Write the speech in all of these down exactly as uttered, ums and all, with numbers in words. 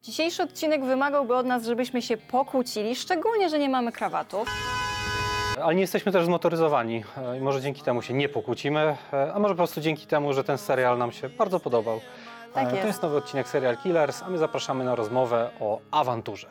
Dzisiejszy odcinek wymagałby od nas, żebyśmy się pokłócili, szczególnie, że nie mamy krawatów. Ale nie jesteśmy też zmotoryzowani i może dzięki temu się nie pokłócimy, a może po prostu dzięki temu, że ten serial nam się bardzo podobał. Tak jest. To jest nowy odcinek Serial Killers, a my zapraszamy na rozmowę o awanturze.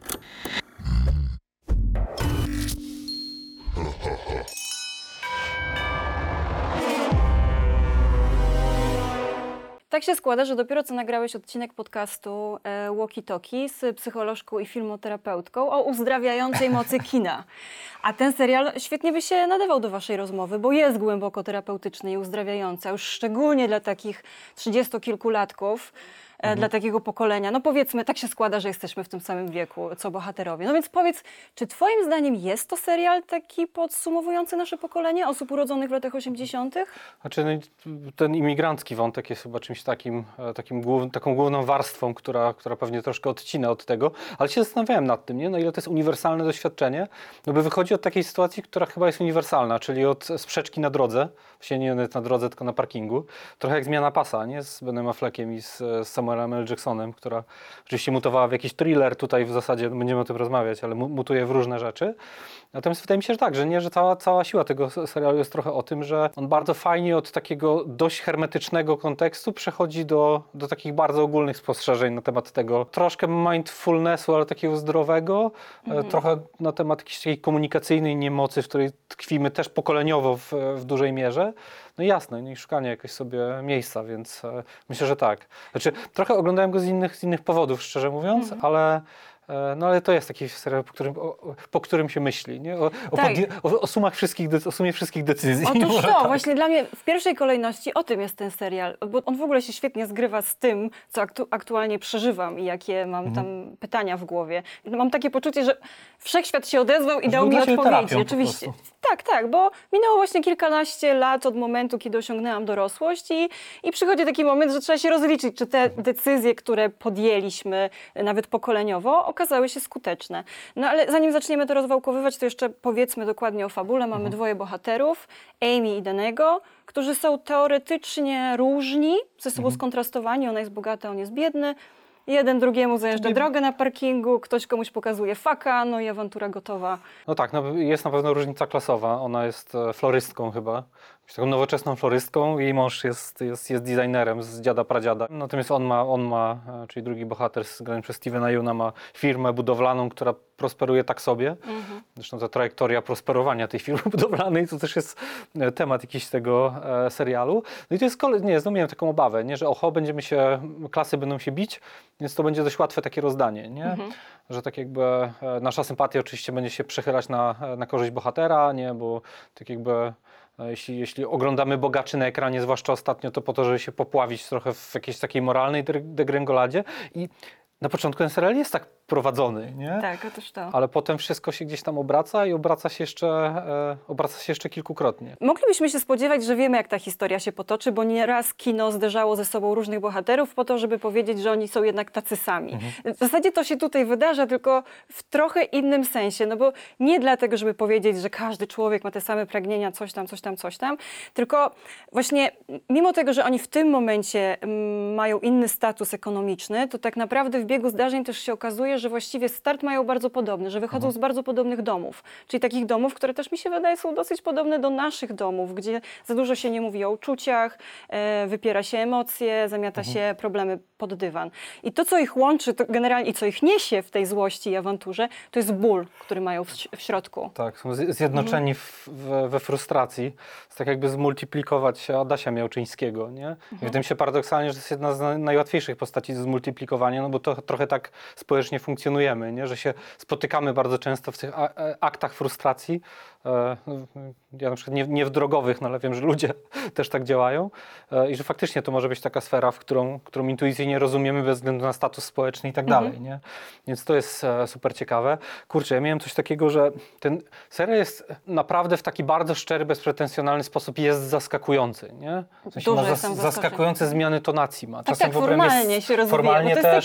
Tak się składa, że dopiero co nagrałeś odcinek podcastu e, Walkie Talkie z psycholożką i filmoterapeutką o uzdrawiającej mocy kina. A ten serial świetnie by się nadawał do waszej rozmowy, bo jest głęboko terapeutyczny i uzdrawiający, a już szczególnie dla takich trzydziestokilkulatków, e, Mhm. dla takiego pokolenia. No powiedzmy, tak się składa, że jesteśmy w tym samym wieku, co bohaterowie. No więc powiedz, czy twoim zdaniem jest to serial taki podsumowujący nasze pokolenie osób urodzonych w latach osiemdziesiątych? Znaczy, no, ten imigrancki wątek jest chyba czymś takim, e, takim głów, taką główną warstwą, która, która pewnie troszkę odcina od tego, ale się zastanawiałem nad tym, nie? Na ile to jest uniwersalne doświadczenie, no bo wychodzi od takiej sytuacji, która chyba jest uniwersalna, czyli od sprzeczki na drodze, właśnie nie na drodze, tylko na parkingu, trochę jak zmiana pasa, nie? Z Benem Affleckiem i z, z Samuelem L. Jacksonem, która oczywiście mutowała w jakiś thriller, tutaj w zasadzie będziemy o tym rozmawiać, ale mu, mutuje w różne rzeczy. Natomiast wydaje mi się, że tak, że nie, że cała, cała siła tego serialu jest trochę o tym, że on bardzo fajnie od takiego dość hermetycznego kontekstu przechodzi do, do takich bardzo ogólnych spostrzeżeń na temat tego troszkę mindfulnessu, ale takiego zdrowego, Mhm. e, trochę na temat jakiejś takiej komunikacyjnej niemocy, w której tkwimy też pokoleniowo w, w dużej mierze. No i jasne, no i szukanie jakiegoś sobie miejsca, więc e, myślę, że tak. Znaczy, trochę oglądałem go z innych, z innych powodów, szczerze mówiąc, Mhm. ale no ale to jest taki serial, po którym, o, po którym się myśli, nie? O, o, Tak. podję- o, o, sumach wszystkich, de- o sumie wszystkich decyzji. Otóż Może to, tak. właśnie dla mnie w pierwszej kolejności o tym jest ten serial, bo on w ogóle się świetnie zgrywa z tym, co aktu- aktualnie przeżywam i jakie mam Mhm. tam pytania w głowie. No, mam takie poczucie, że wszechświat się odezwał i Że dał był mi dla ciebie odpowiedzi. terapią po Oczywiście. prostu. Tak, tak, bo minęło właśnie kilkanaście lat od momentu, kiedy osiągnęłam dorosłość i, i przychodzi taki moment, że trzeba się rozliczyć, czy te decyzje, które podjęliśmy, nawet pokoleniowo, okazały się skuteczne. No ale zanim zaczniemy to rozwałkowywać, to jeszcze powiedzmy dokładnie o fabule. Mamy Mhm. dwoje bohaterów, Amy i Danego, którzy są teoretycznie różni, ze sobą Mhm. skontrastowani. Ona jest bogata, on jest biedny. Jeden drugiemu zajeżdża Czyli- drogę na parkingu, ktoś komuś pokazuje faka, no i awantura gotowa. No tak, no, jest na pewno różnica klasowa. Ona jest e, florystką chyba, taką nowoczesną florystką. Jej mąż jest, jest, jest designerem z dziada pradziada. Natomiast on ma, on ma, e, czyli drugi bohater grany przez Stevena Yeuna, ma firmę budowlaną, która prosperuje tak sobie. Mhm. Zresztą ta trajektoria prosperowania tej firmy budowlanej to też jest e, temat jakiś tego e, serialu. No i to jest kolej, nie, znowu miałem taką obawę, nie, że oho, będziemy się, klasy będą się bić, więc to będzie dość łatwe takie rozdanie, nie? Mhm. Że tak jakby e, nasza sympatia oczywiście będzie się przechylać na, na korzyść bohatera, nie, bo tak jakby e, jeśli, jeśli oglądamy bogaczy na ekranie, zwłaszcza ostatnio, to po to, żeby się popławić trochę w jakiejś takiej moralnej degrengoladzie i na początku ten serial jest tak prowadzony, nie? Tak, otóż to. Ale potem wszystko się gdzieś tam obraca i obraca się jeszcze, e, obraca się jeszcze kilkukrotnie. Moglibyśmy się spodziewać, że wiemy, jak ta historia się potoczy, bo nieraz kino zderzało ze sobą różnych bohaterów po to, żeby powiedzieć, że oni są jednak tacy sami. Mhm. W zasadzie to się tutaj wydarza, tylko w trochę innym sensie, no bo nie dlatego, żeby powiedzieć, że każdy człowiek ma te same pragnienia, coś tam, coś tam, coś tam, tylko właśnie mimo tego, że oni w tym momencie mm, mają inny status ekonomiczny, to tak naprawdę w biegu zdarzeń też się okazuje, że właściwie start mają bardzo podobny, że wychodzą Mhm. z bardzo podobnych domów. Czyli takich domów, które też mi się wydaje są dosyć podobne do naszych domów, gdzie za dużo się nie mówi o uczuciach, e, wypiera się emocje, zamiata Mhm. się problemy pod dywan. I to, co ich łączy, to generalnie i co ich niesie w tej złości i awanturze, to jest ból, który mają w, w środku. Tak, są z- zjednoczeni w, w, we frustracji. Jest tak jakby zmultiplikować Adasia Miałczyńskiego, nie? I wydaje mi się paradoksalnie, że to jest jedna z naj- najłatwiejszych postaci do zmultiplikowania, no bo to trochę tak społecznie funkcjonujemy, nie? Że się spotykamy bardzo często w tych a, e, aktach frustracji. E, ja na przykład nie, nie w drogowych, no ale wiem, że ludzie też tak działają e, i że faktycznie to może być taka sfera, w którą, którą intuicyjnie rozumiemy bez względu na status społeczny i tak Mhm. dalej, nie? Więc to jest e, super ciekawe. Kurczę, ja miałem coś takiego, że ten serial jest naprawdę w taki bardzo szczery, bezpretensjonalny sposób jest zaskakujący, nie? W sensie Dużo ma jest tam zaskoczeń. zaskakujące zmiany tonacji ma. Tak, Czasem tak, w ogóle jest formalnie się rozwija. Bo formalnie to jest też, taki serial,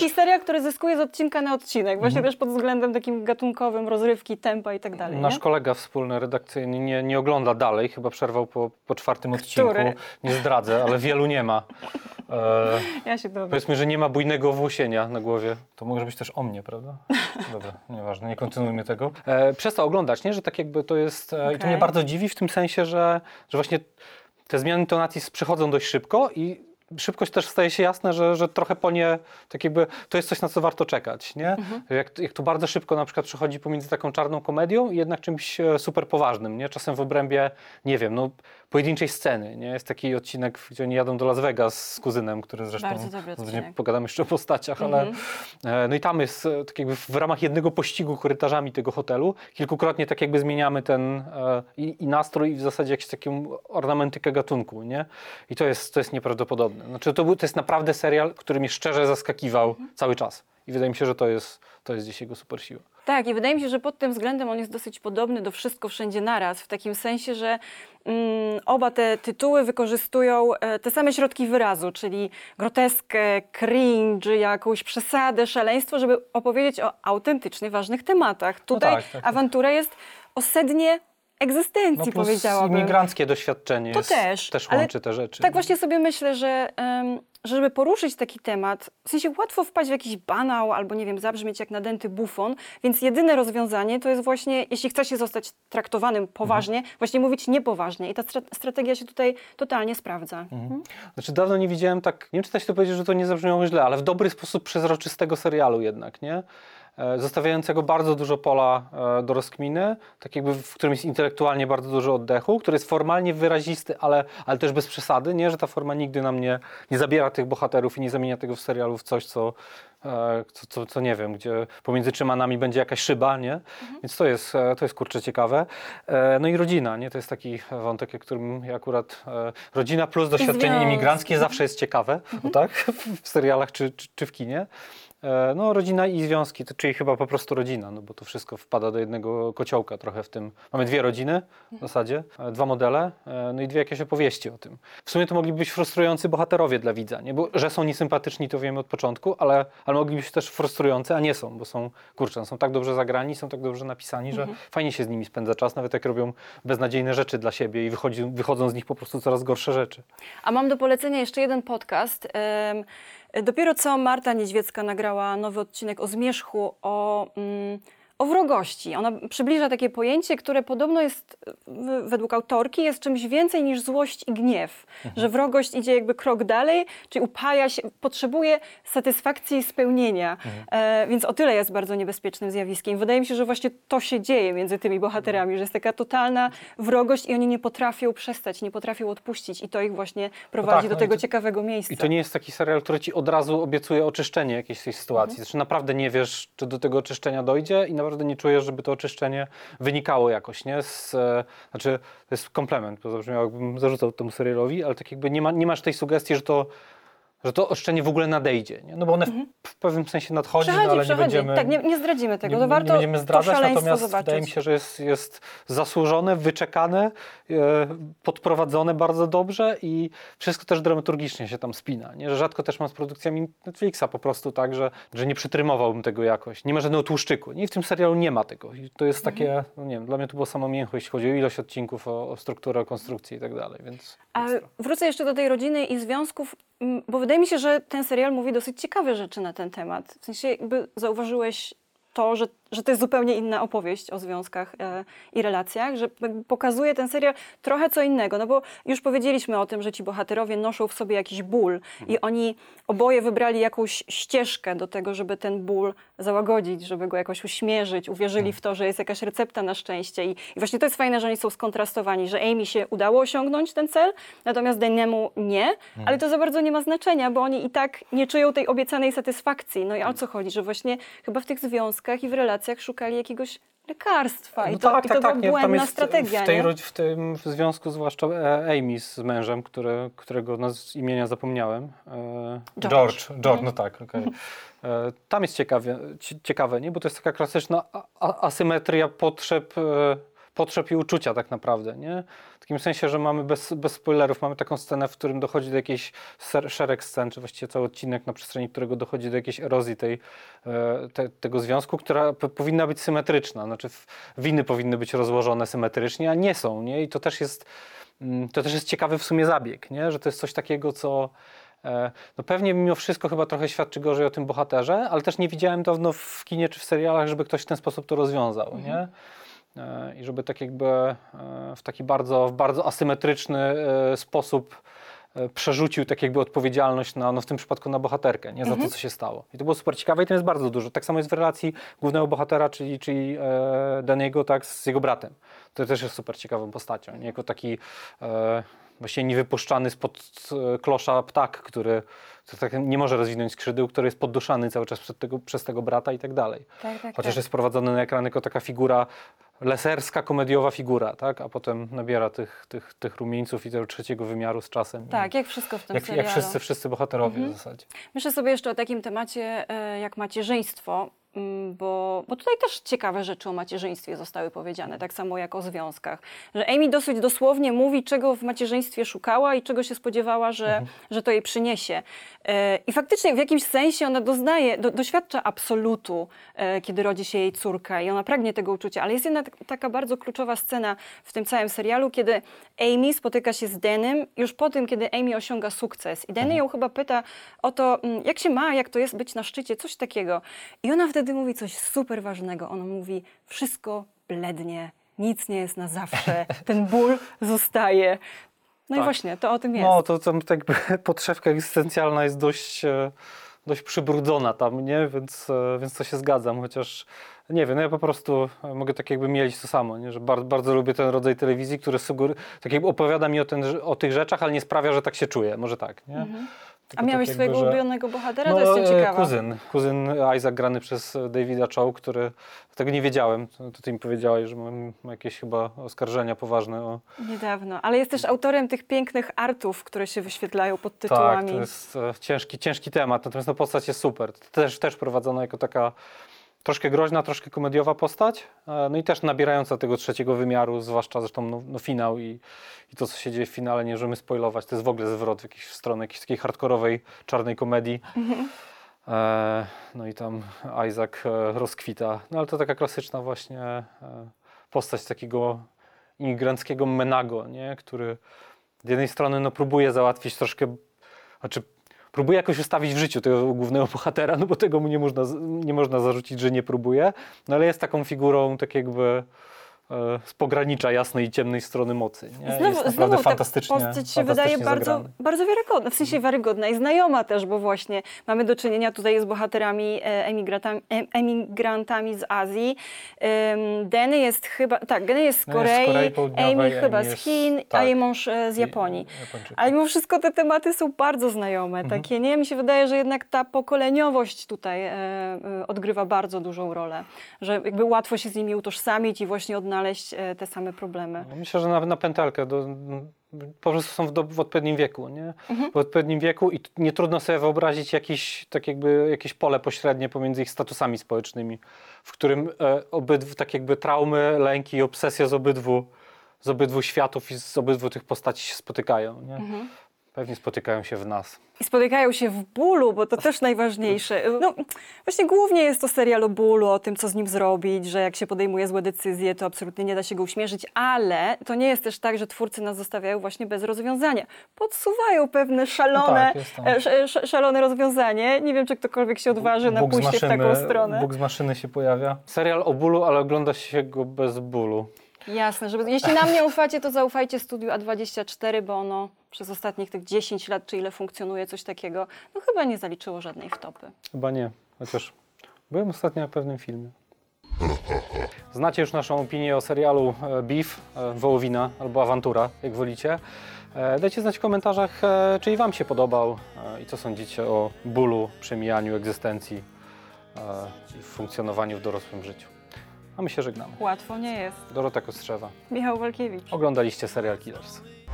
który zyskuje z odcinka na odcinek, właśnie też pod względem takim gatunkowym, rozrywki, tempa i tak dalej. Nasz nie? kolega wspólny, redakcyjny nie, nie ogląda dalej, chyba przerwał po, po czwartym odcinku. Który? Nie zdradzę, ale wielu nie ma. E, Ja się dobrze. powiedzmy, że nie ma bujnego owłosienia na głowie. To może być też o mnie, prawda? Dobra, nieważne, nie kontynuujmy tego. E, przestał oglądać, nie? Że tak jakby to jest... E, I to Okej. mnie bardzo dziwi w tym sensie, że, że właśnie te zmiany tonacji przychodzą dość szybko i szybkość też staje się jasne, że, że trochę po nie, tak jakby, to jest coś, na co warto czekać, nie? Mhm. Jak, jak to bardzo szybko na przykład przechodzi pomiędzy taką czarną komedią i jednak czymś e, super poważnym, nie? Czasem w obrębie, nie wiem, no pojedynczej sceny, nie? Jest taki odcinek, gdzie oni jadą do Las Vegas z kuzynem, który zresztą, Bardzo dobry pewnie odcinek. pogadamy jeszcze o postaciach, ale Mhm. e, no i tam jest e, tak jakby w ramach jednego pościgu korytarzami tego hotelu, kilkukrotnie tak jakby zmieniamy ten e, i, i nastrój i w zasadzie jakąś taką ornamentykę gatunku, nie? I to jest, to jest nieprawdopodobne. Znaczy to, był, to jest naprawdę serial, który mnie szczerze zaskakiwał cały czas. I wydaje mi się, że to jest, to jest gdzieś jego super siła. Tak, i wydaje mi się, że pod tym względem on jest dosyć podobny do Wszystko Wszędzie Naraz, w takim sensie, że mm, oba te tytuły wykorzystują e, te same środki wyrazu, czyli groteskę, cringe, jakąś przesadę, szaleństwo, żeby opowiedzieć o autentycznie ważnych tematach. Tutaj tak, tak. awantura jest o sednie egzystencji, plus powiedziałabym. imigranckie doświadczenie To jest, też, też ale łączy te rzeczy. Tak właśnie sobie myślę, że, em, że żeby poruszyć taki temat, w sensie łatwo wpaść w jakiś banał albo, nie wiem, zabrzmieć jak nadęty bufon, więc jedyne rozwiązanie to jest właśnie, jeśli chce się zostać traktowanym poważnie, właśnie mówić niepoważnie i ta stra- strategia się tutaj totalnie sprawdza. Mhm. Znaczy dawno nie widziałem tak, nie wiem czy da się to powiedzieć, że to nie zabrzmiało źle, ale w dobry sposób przezroczystego serialu jednak, nie? E, Zostawiającego bardzo dużo pola e, do rozkminy, tak jakby w którym jest intelektualnie bardzo dużo oddechu, który jest formalnie wyrazisty, ale, ale też bez przesady, nie? Że ta forma nigdy nam nie, nie zabiera tych bohaterów i nie zamienia tego w serialu w coś, co, e, co, co, co nie wiem, gdzie pomiędzy trzema nami będzie jakaś szyba, nie? Więc to jest, e, to jest kurczę ciekawe. E, No i rodzina, nie? To jest taki wątek, o którym ja akurat e, rodzina plus doświadczenie związki. imigranckie zawsze jest ciekawe, o tak? W serialach czy, czy, czy w kinie. E, No rodzina i związki, to, czyli chyba po prostu rodzina, no bo to wszystko wpada do jednego kociołka trochę w tym. Mamy dwie rodziny w zasadzie, e, dwa modele, e, no i dwie jakieś opowieści o tym. W sumie to mogli być frustrujący bohaterowie dla widza, nie? Bo że są niesympatyczni, to wiemy od początku, ale, ale mogli być też frustrujący, a nie są, bo są, kurczę, no są tak dobrze zagrani, są tak dobrze napisani, że fajnie się z nimi spędza czas, nawet jak robią beznadziejne rzeczy dla siebie i wychodzi, wychodzą z nich po prostu coraz gorsze rzeczy. A mam do polecenia jeszcze jeden podcast. Em, Dopiero co Marta Niedźwiecka nagrała nowy odcinek o zmierzchu, o, mm, o wrogości. Ona przybliża takie pojęcie, które podobno jest, w- według autorki, jest czymś więcej niż złość i gniew. Że wrogość idzie jakby krok dalej, czyli upaja się, potrzebuje satysfakcji i spełnienia. E, więc o tyle jest bardzo niebezpiecznym zjawiskiem. Wydaje mi się, że właśnie to się dzieje między tymi bohaterami, że jest taka totalna wrogość i oni nie potrafią przestać, nie potrafią odpuścić i to ich właśnie prowadzi tak, do no i tego to- ciekawego miejsca. I to nie jest taki serial, który ci od razu obiecuje oczyszczenie jakiejś tej sytuacji. Znaczy naprawdę nie wiesz, czy do tego oczyszczenia dojdzie i naprawdę nie czujesz, żeby to oczyszczenie wynikało jakoś, nie? Z, e, znaczy, to jest komplement, bo zabrzmiało, jakbym zarzucał temu serialowi, ale tak jakby nie, ma, nie masz tej sugestii, że to, że to oczyszczenie w ogóle nadejdzie, nie? No bo one w, w pewnym sensie nadchodzi, Przechodzi, no, ale nie przechodzi. będziemy... Tak, nie, nie zdradzimy tego. Nie, to nie- warto nie będziemy to zdradzać, szaleństwo natomiast zobaczyć. wydaje mi się, że jest, jest zasłużone, wyczekane, e, podprowadzone bardzo dobrze i wszystko też dramaturgicznie się tam spina. Nie? Że rzadko też mam z produkcjami Netflixa po prostu tak, że, że nie przytrymowałbym tego jakoś. Nie ma żadnego tłuszczyku. Nie? I w tym serialu nie ma tego. I to jest takie, no nie wiem, dla mnie to było samo mięcho, jeśli chodzi o ilość odcinków, o, o strukturę, o konstrukcję i tak dalej. Więc A ekstra. wrócę jeszcze do tej rodziny i związków, m, bo wydaje mi się, że ten serial mówi dosyć ciekawe rzeczy na ten temat. W sensie jakby zauważyłeś to, że, że to jest zupełnie inna opowieść o związkach e, i relacjach, że jakby pokazuje ten serial trochę co innego, no bo już powiedzieliśmy o tym, że ci bohaterowie noszą w sobie jakiś ból i oni oboje wybrali jakąś ścieżkę do tego, żeby ten ból załagodzić, żeby go jakoś uśmierzyć, uwierzyli w to, że jest jakaś recepta na szczęście i, i właśnie to jest fajne, że oni są skontrastowani, że Amy się udało osiągnąć ten cel, natomiast Danemu nie, ale to za bardzo nie ma znaczenia, bo oni i tak nie czują tej obiecanej satysfakcji. No i o co chodzi, że właśnie chyba w tych związkach i w relacjach szukali jakiegoś lekarstwa i No to, tak, i tak, to tak, była nie, tam błędna jest strategia, w, tej, nie? rodzi- w tym związku zwłaszcza e, Amy z mężem, który, którego naz- imienia zapomniałem. E, George. George, George, no tak, okej. E, Tam jest ciekawie, ci- ciekawe, nie? Bo to jest taka klasyczna a, a, asymetria potrzeb, e, potrzeb i uczucia tak naprawdę, nie? W takim sensie, że mamy bez, bez spoilerów, mamy taką scenę, w którym dochodzi do jakiejś ser, szereg scen, czy właściwie cały odcinek, na przestrzeni którego dochodzi do jakiejś erozji tej, e, te, tego związku, która p- powinna być symetryczna, znaczy w, winy powinny być rozłożone symetrycznie, a nie są, nie? I to też jest, mm, to też jest ciekawy w sumie zabieg, nie? Że to jest coś takiego, co e, no pewnie mimo wszystko chyba trochę świadczy gorzej o tym bohaterze, ale też nie widziałem dawno w kinie czy w serialach, żeby ktoś w ten sposób to rozwiązał, Mhm. nie? I żeby tak jakby e, w taki bardzo, w bardzo asymetryczny e, sposób e, przerzucił tak jakby odpowiedzialność na, no w tym przypadku na bohaterkę, nie za Mhm. to, co się stało. I to było super ciekawe i to jest bardzo dużo. Tak samo jest w relacji głównego bohatera, czyli, czyli e, Daniego, tak, z jego bratem. To też jest super ciekawą postacią. Nie? Jako taki e, właśnie niewypuszczany spod e, klosza ptak, który, który tak nie może rozwinąć skrzydeł, który jest podduszany cały czas przed tego, przez tego brata i tak dalej. Tak, tak, Chociaż tak. jest sprowadzony na ekran jako taka figura, leserska, komediowa figura, tak? A potem nabiera tych, tych, tych rumieńców i tego trzeciego wymiaru z czasem. Tak, jak wszystko w tym jak, serialu. jak wszyscy, wszyscy bohaterowie Mhm. w zasadzie. Myślę sobie jeszcze o takim temacie e, jak macierzyństwo, mm, bo, bo tutaj też ciekawe rzeczy o macierzyństwie zostały powiedziane, tak samo jak o związkach. Że Amy dosyć dosłownie mówi, czego w macierzyństwie szukała i czego się spodziewała, że, Mhm. że to jej przyniesie. E, I faktycznie w jakimś sensie ona doznaje, do, doświadcza absolutu, e, kiedy rodzi się jej córka i ona pragnie tego uczucia. Ale jest jedna tak- taka bardzo kluczowa scena w tym całym serialu, kiedy Amy spotyka się z Denem już po tym, kiedy Amy osiąga sukces. I Danny ją chyba pyta o to, mm, jak się ma, jak to jest być na szczycie, coś takiego. I ona wtedy mówi coś super ważnego. Ona mówi, wszystko blednie, nic nie jest na zawsze, ten ból zostaje. No i Tak. właśnie, to o tym jest. No to tam tak jakby podszewka egzystencjalna jest dość, e, dość przybrudzona tam, nie? Więc, e, więc to się zgadzam, chociaż nie wiem, no ja po prostu e, mogę tak jakby mielić to samo, nie? Że bardzo, bardzo lubię ten rodzaj telewizji, który sugeru- tak jakby opowiada mi o, ten, o tych rzeczach, ale nie sprawia, że tak się czuję, może tak, nie? Mhm. Tylko A miałeś tak jakby, swojego że- ulubionego bohatera? No, To jestem e, ciekawa. kuzyn, kuzyn Isaac grany przez e, Davida Chow, który, tego nie wiedziałem, to, to ty mi powiedziałeś, że mam jakieś chyba oskarżenia poważne o... Niedawno, ale jest też autorem tych pięknych artów, które się wyświetlają pod Tak, tytułami. to jest e, ciężki, ciężki temat, natomiast no, postać jest super. Też, też prowadzona jako taka troszkę groźna, troszkę komediowa postać, e, no i też nabierająca tego trzeciego wymiaru, zwłaszcza zresztą no, no finał i, i to, co się dzieje w finale, nie możemy spoilować, to jest w ogóle zwrot w jakiejś stronę jakiejś takiej hardkorowej, czarnej komedii. E, no i tam Isaac e, rozkwita, no ale to taka klasyczna właśnie e, postać takiego imigranckiego menago, nie? Który z jednej strony no, próbuje załatwić troszkę, znaczy próbuje jakoś ustawić w życiu tego głównego bohatera, no bo tego mu nie można, z- nie można zarzucić, że nie próbuje, no ale jest taką figurą tak jakby e, z pogranicza jasnej i ciemnej strony mocy. Nie? jest Znowu, naprawdę znowu ta fantastycznie, postać się wydaje fantastycznie bardzo, zagrany. bardzo wiarygodna, w sensie wiarygodna i znajoma też, bo właśnie mamy do czynienia tutaj z bohaterami e, emigrantami, e, emigrantami z Azji. Ym, Danny jest chyba, tak, Danny jest z No jest z Korei, Korei Południowej, Amy Amy chyba z jest- Chin, a tak. jej mąż e, z I- Japonii. Japończyk. Ale mimo wszystko te tematy są bardzo znajome, Mhm. takie, nie? Mi się wydaje, że jednak ta pokoleniowość tutaj e, e, odgrywa bardzo dużą rolę, że jakby łatwo się z nimi utożsamić i właśnie odnaleźć e, te same problemy. No, myślę, że na, na pętelkę do, po prostu są w, do, w odpowiednim wieku, nie? Mhm. W odpowiednim wieku i t- nie trudno sobie wyobrazić jakiś, tak jakby, jakieś pole pośrednie pomiędzy ich statusami społecznymi, w którym e, obydwu, tak jakby traumy, lęki i obsesje z obydwu, z obydwu światów i z obydwu tych postaci się spotykają, nie? Mhm. Pewnie spotykają się w nas. I spotykają się w bólu, bo to też najważniejsze. No, właśnie głównie jest to serial o bólu, o tym, co z nim zrobić, że jak się podejmuje złe decyzje, to absolutnie nie da się go uśmierzyć, ale to nie jest też tak, że twórcy nas zostawiają właśnie bez rozwiązania. Podsuwają pewne szalone, No tak, jest tam. e, sz, sz, szalone rozwiązanie. Nie wiem, czy ktokolwiek się odważy na Bóg z pójście w taką maszyny- stronę. Bóg z maszyny się pojawia. Serial o bólu, ale ogląda się go bez bólu. Jasne, żeby, jeśli nam nie ufacie, to zaufajcie Studiu A dwadzieścia cztery, bo ono przez ostatnich tych dziesięć lat, czy ile funkcjonuje coś takiego, no chyba nie zaliczyło żadnej wtopy. Chyba nie, chociaż byłem ostatnio na pewnym filmie. Znacie już naszą opinię o serialu e, Beef, e, Wołowina albo Awantura, jak wolicie. E, Dajcie znać w komentarzach, e, czy i wam się podobał e, i co sądzicie o bólu, przemijaniu egzystencji e, i funkcjonowaniu w dorosłym życiu. A my się żegnamy. Łatwo nie jest. Dorota Kostrzewa. Michał Walkiewicz. Oglądaliście serial Killers.